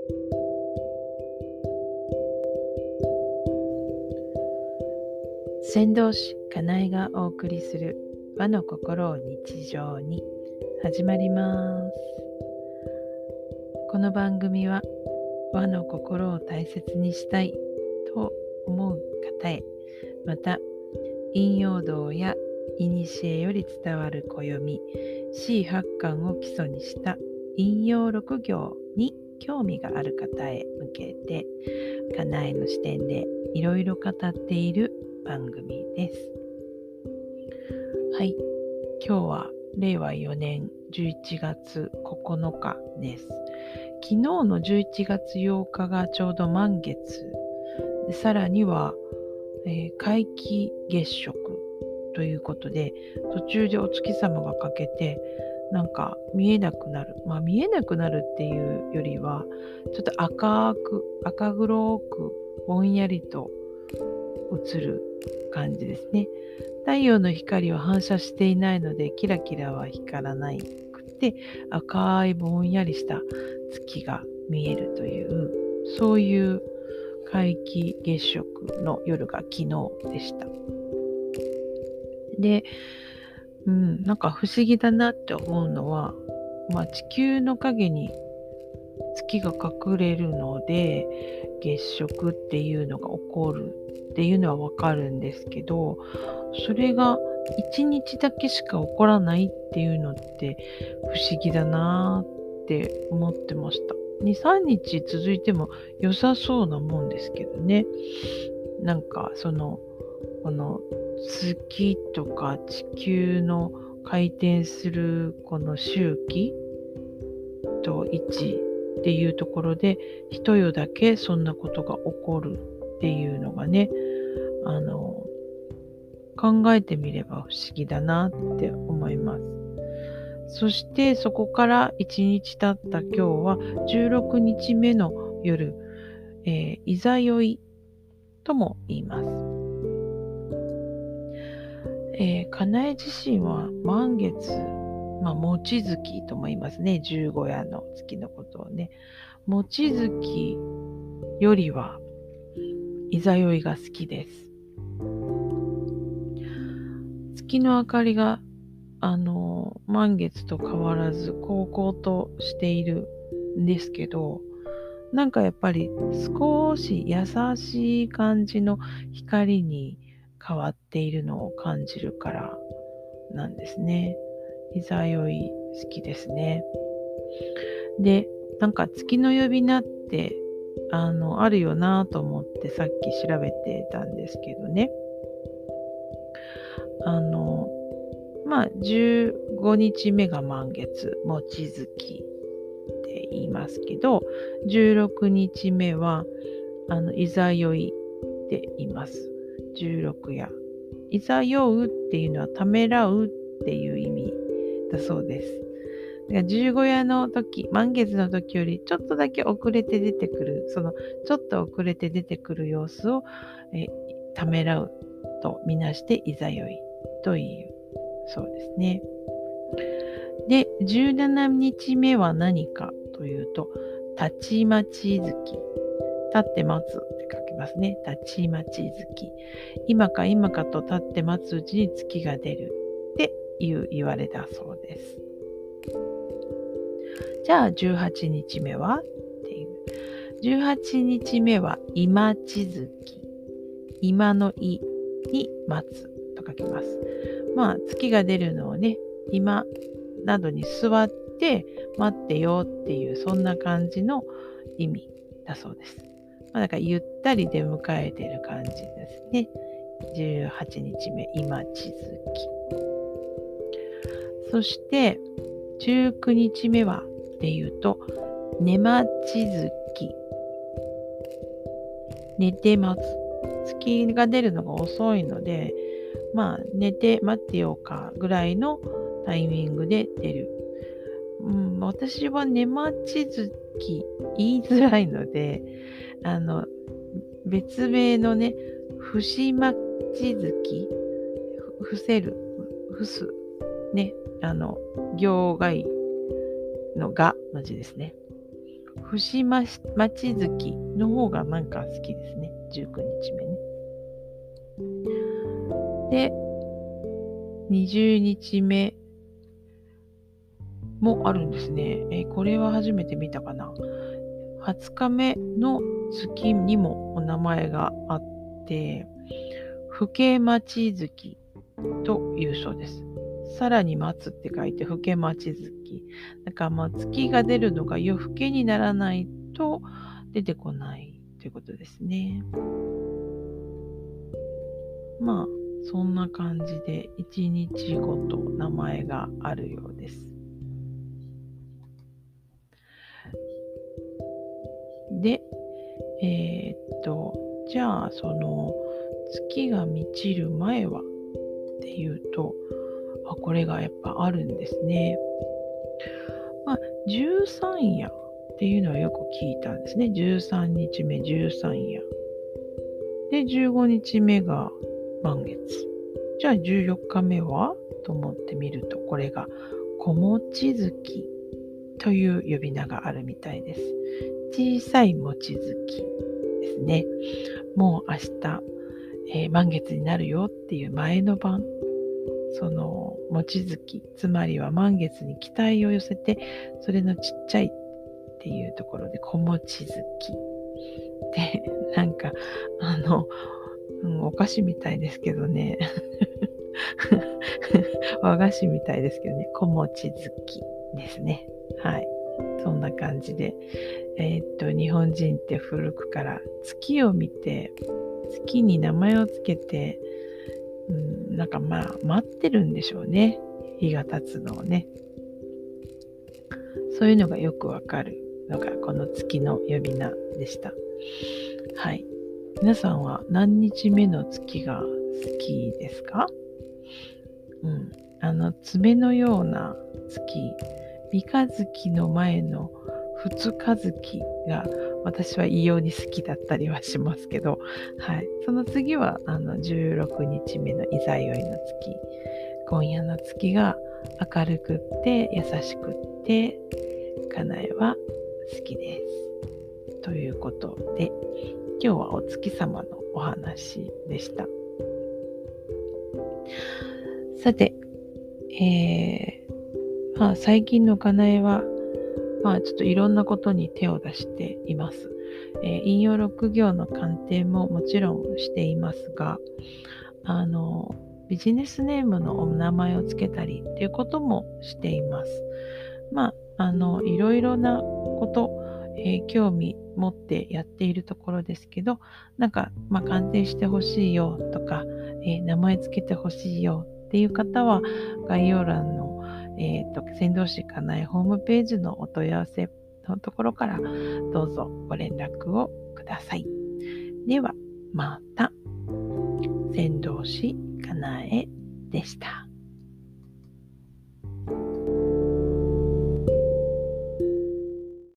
先導師かなえがお送りする和の心を日常に始まります。この番組は和の心を大切にしたいと思う方へ、また陰陽道や古より伝わる暦四八巻を基礎にした陰陽六行に興味がある方へ向けて、かなえの視点でいろいろ語っている番組です。はい、今日は令和4年11月9日です。昨日の11月8日がちょうど満月で、さらには、皆既月食ということで、途中でお月様が欠けてなんか見えなくなる、見えなくなるっていうよりはちょっと赤黒くぼんやりと映る感じですね。太陽の光は反射していないのでキラキラは光らなくて、赤いぼんやりした月が見えるという、そういう皆既月食の夜が昨日でした。で、なんか不思議だなって思うのは、地球の影に月が隠れるので月食っていうのが起こるっていうのはわかるんですけど、それが1日だけしか起こらないっていうのって不思議だなって思ってました。2、3日続いても良さそうなもんですけどね。なんかこの月とか地球の回転するこの周期と位置っていうところで一夜だけそんなことが起こるっていうのがね、考えてみれば不思議だなって思います。そしてそこから1日経った今日は16日目の夜、いざよいとも言います。かなえ自身は満月、望月とも言いますね。十五夜の月のことをね。望月よりはいざよいが好きです。月の明かりが満月と変わらず煌々としているんですけど、なんかやっぱり少し優しい感じの光に変わっているのを感じるからなんですね。いざよい好きですね。で、なんか月の呼び名ってあるよなと思ってさっき調べてたんですけどね。15日目が満月、望月って言いますけど、16日目はいざよいって言います。16夜。いざようっていうのはためらうっていう意味だそうです。15夜の時、満月の時よりちょっとだけ遅れて出てくる、ちょっと遅れて出てくる様子をためらうとみなしていざよいというそうですね。で、17日目は何かというと、たちまち月。立って待つって書きますね。たちまち月。今か今かと立って待つうちに月が出るっていう言われだそうです。じゃあ18日目はっていう。18日目は今ち月。今のいに待つと書きます。月が出るのをね、今などに座って待ってよっていう、そんな感じの意味だそうです。だからゆったり出迎えている感じですね。18日目、今ち月。そして19日目はっていうと、寝待ち月。寝て待つ。月が出るのが遅いので、寝て待ってようかぐらいのタイミングで出る。私は寝待ち月言いづらいので、別名のね、伏し待ち月、伏せる、伏す、ね、行外のがの字ですね。 伏待ち月の方がなんか好きですね。19日目ね。で、20日目もあるんですね。これは初めて見たかな。20日目の月にもお名前があって、更待ち月というそうです。さらに待つって書いて更待ち月。だから月が出るのが夜更けにならないと出てこないということですね。そんな感じで1日ごと名前があるようです。で、じゃあその月が満ちる前はっていうと、これがやっぱあるんですね。十三夜っていうのはよく聞いたんですね。13日目十三夜。で、15日目が満月。じゃあ14日目はと思ってみると、これが小餅月という呼び名があるみたいです。小さい餅月ですね。もう明日、満月になるよっていう前の晩、その餅月、つまりは満月に期待を寄せて、それのちっちゃいっていうところで小餅月で、なんかお菓子みたいですけどね和菓子みたいですけどね、小餅月ですね。はい、そんな感じで、日本人って古くから月を見て、月に名前をつけて、待ってるんでしょうね。日が経つのをね。そういうのがよくわかるのがこの月の呼び名でした。はい。皆さんは何日目の月が好きですか？爪のような月、三日月の前の二日月が私は異様に好きだったりはしますけど、はい。その次は16日目のいざよいの月。今夜の月が明るくって優しくってかなえは好きです。ということで、今日はお月様のお話でした。さて、最近のかなえは、ちょっといろんなことに手を出しています。引用6行の鑑定ももちろんしていますが、ビジネスネームのお名前をつけたりっていうこともしています。いろいろなこと、興味持ってやっているところですけど、鑑定してほしいよとか、名前つけてほしいよっていう方は、概要欄の、先導師かなえホームページのお問い合わせのところからどうぞご連絡をください。ではまた。先導師かなえでした。